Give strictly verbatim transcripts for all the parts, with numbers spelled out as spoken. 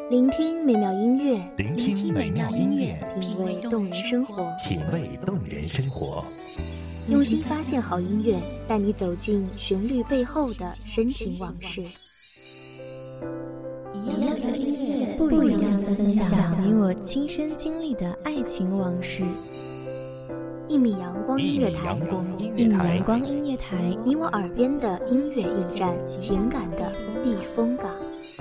聆听美妙音乐， 聆听美妙音乐， 品味动人生活， 品味动人生活。 用心发现好音乐，带你走进旋律背后的深情往事。 一样的音乐，不一样的分享，你我亲身经历的爱情往事。 一米阳光音乐台， 一米阳光音乐台， 你我耳边的音乐驿站，情感的避风港。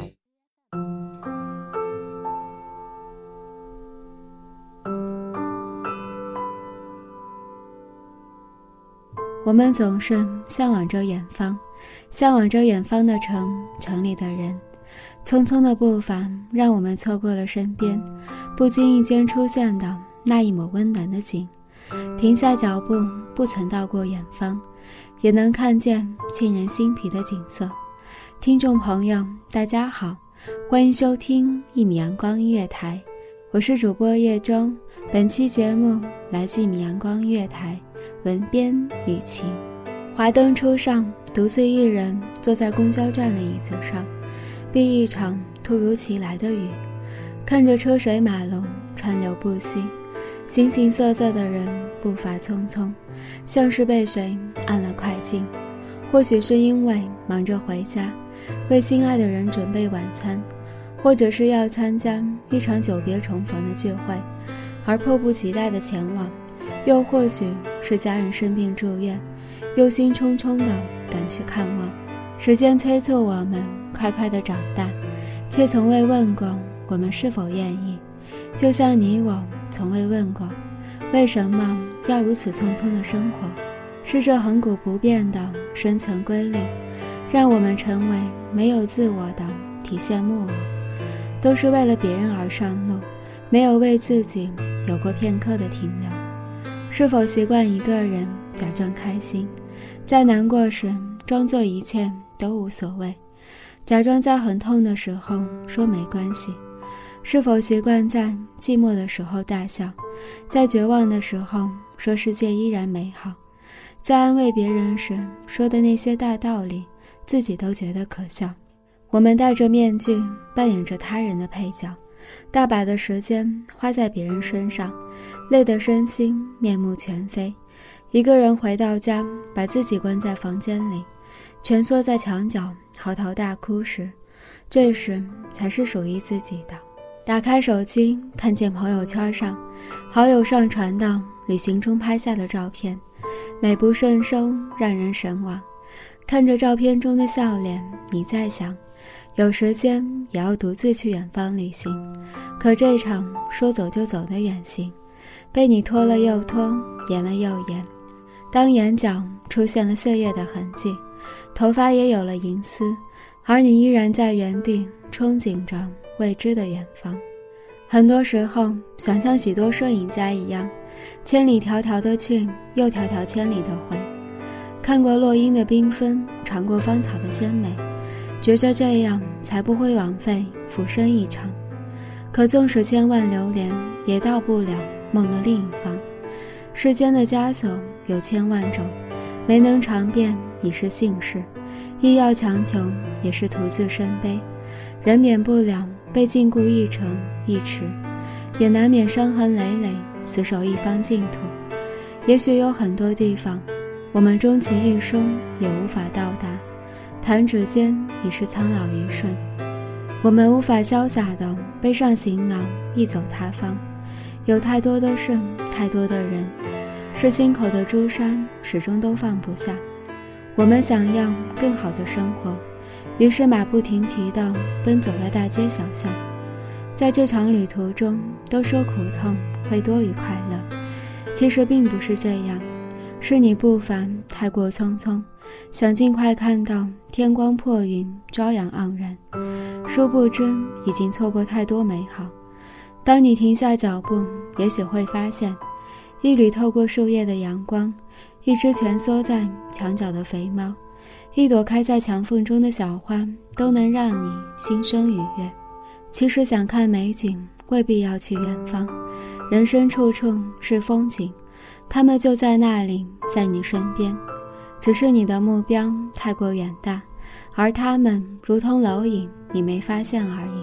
我们总是向往着远方，向往着远方的城，城里的人。匆匆的步伐让我们错过了身边不经意间出现的那一抹温暖的景，停下脚步，不曾到过远方，也能看见沁人心脾的景色。听众朋友大家好，欢迎收听一米阳光音乐台，我是主播叶中。本期节目来自一米阳光音乐台，文编雨晴。华灯初上，独自一人坐在公交站的椅子上，避一场突如其来的雨，看着车水马龙，川流不息，形形色色的人步伐匆匆，像是被谁按了快进。或许是因为忙着回家，为心爱的人准备晚餐，或者是要参加一场久别重逢的聚会而迫不及待地前往，又或许是家人生病住院，忧心忡忡地赶去看望。时间催促我们快快地长大，却从未问过我们是否愿意，就像你我从未问过为什么要如此匆匆的生活。是这恒古不变的生存规律，让我们成为没有自我的体现木偶，都是为了别人而上路，没有为自己有过片刻的停留。是否习惯一个人假装开心，在难过时装作一切都无所谓，假装在很痛的时候说没关系？是否习惯在寂寞的时候大笑，在绝望的时候说世界依然美好，在安慰别人时说的那些大道理自己都觉得可笑？我们戴着面具扮演着他人的配角，大把的时间花在别人身上，累得身心面目全非。一个人回到家，把自己关在房间里，蜷缩在墙角嚎啕大哭时，这时才是属于自己的。打开手机，看见朋友圈上好友上传到旅行中拍下的照片，美不胜收，让人神往。看着照片中的笑脸，你在想，有时间也要独自去远方旅行。可这场说走就走的远行，被你拖了又拖，延了又延。当眼角出现了岁月的痕迹，头发也有了银丝，而你依然在原地憧憬着未知的远方。很多时候想像许多摄影家一样，千里迢迢的去，又迢迢千里的回，看过落英的缤纷，尝过芳草的鲜美，觉着这样才不会枉费浮生一场。可纵使千万流连，也到不了梦的另一方。世间的枷锁有千万种，没能尝遍已是幸事，亦要强求也是徒自身悲。人免不了被禁锢一城一池，也难免伤痕累累，死守一方净土。也许有很多地方我们终其一生也无法到达，弹指间已是苍老一瞬。我们无法潇洒地背上行囊一走他方，有太多的事，太多的人，是心口的珠山始终都放不下。我们想要更好的生活，于是马不停蹄地奔走在大街小巷。在这场旅途中，都说苦痛会多于快乐，其实并不是这样，是你步伐太过匆匆，想尽快看到天光破云，朝阳盎然，殊不知已经错过太多美好。当你停下脚步，也许会发现，一缕透过树叶的阳光，一只蜷缩在墙角的肥猫，一朵开在墙缝中的小花，都能让你心生愉悦。其实想看美景，未必要去远方，人生处处是风景，它们就在那里，在你身边，只是你的目标太过远大，而它们如同蝼蚁，你没发现而已。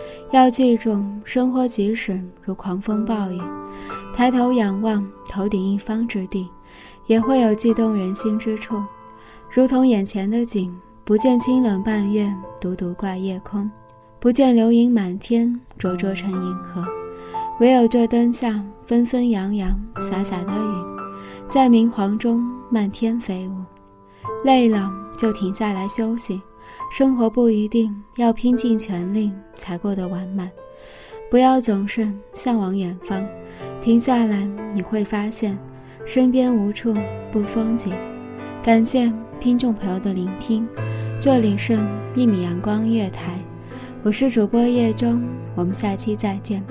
要记住，生活即使如狂风暴雨，抬头仰望头顶一方之地，也会有悸动人心之处。如同眼前的景，不见清冷半月，独独挂夜空，不见流萤满天，灼灼成银河，唯有这灯下纷纷扬扬洒洒的雨，在明黄中漫天飞舞。累了就停下来休息，生活不一定要拼尽全力才过得完满，不要总是向往远方，停下来你会发现身边无处不风景。感谢听众朋友的聆听，这里是一米阳光月台，我是主播叶中，我们下期再见。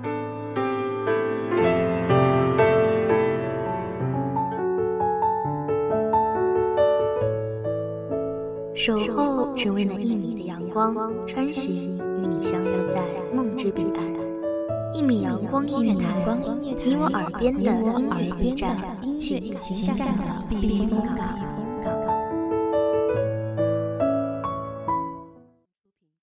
守候只为那一米的阳光，穿行与你相约在梦之彼岸。一米阳光音乐台，你我耳边的音乐驿站，情感的避风港。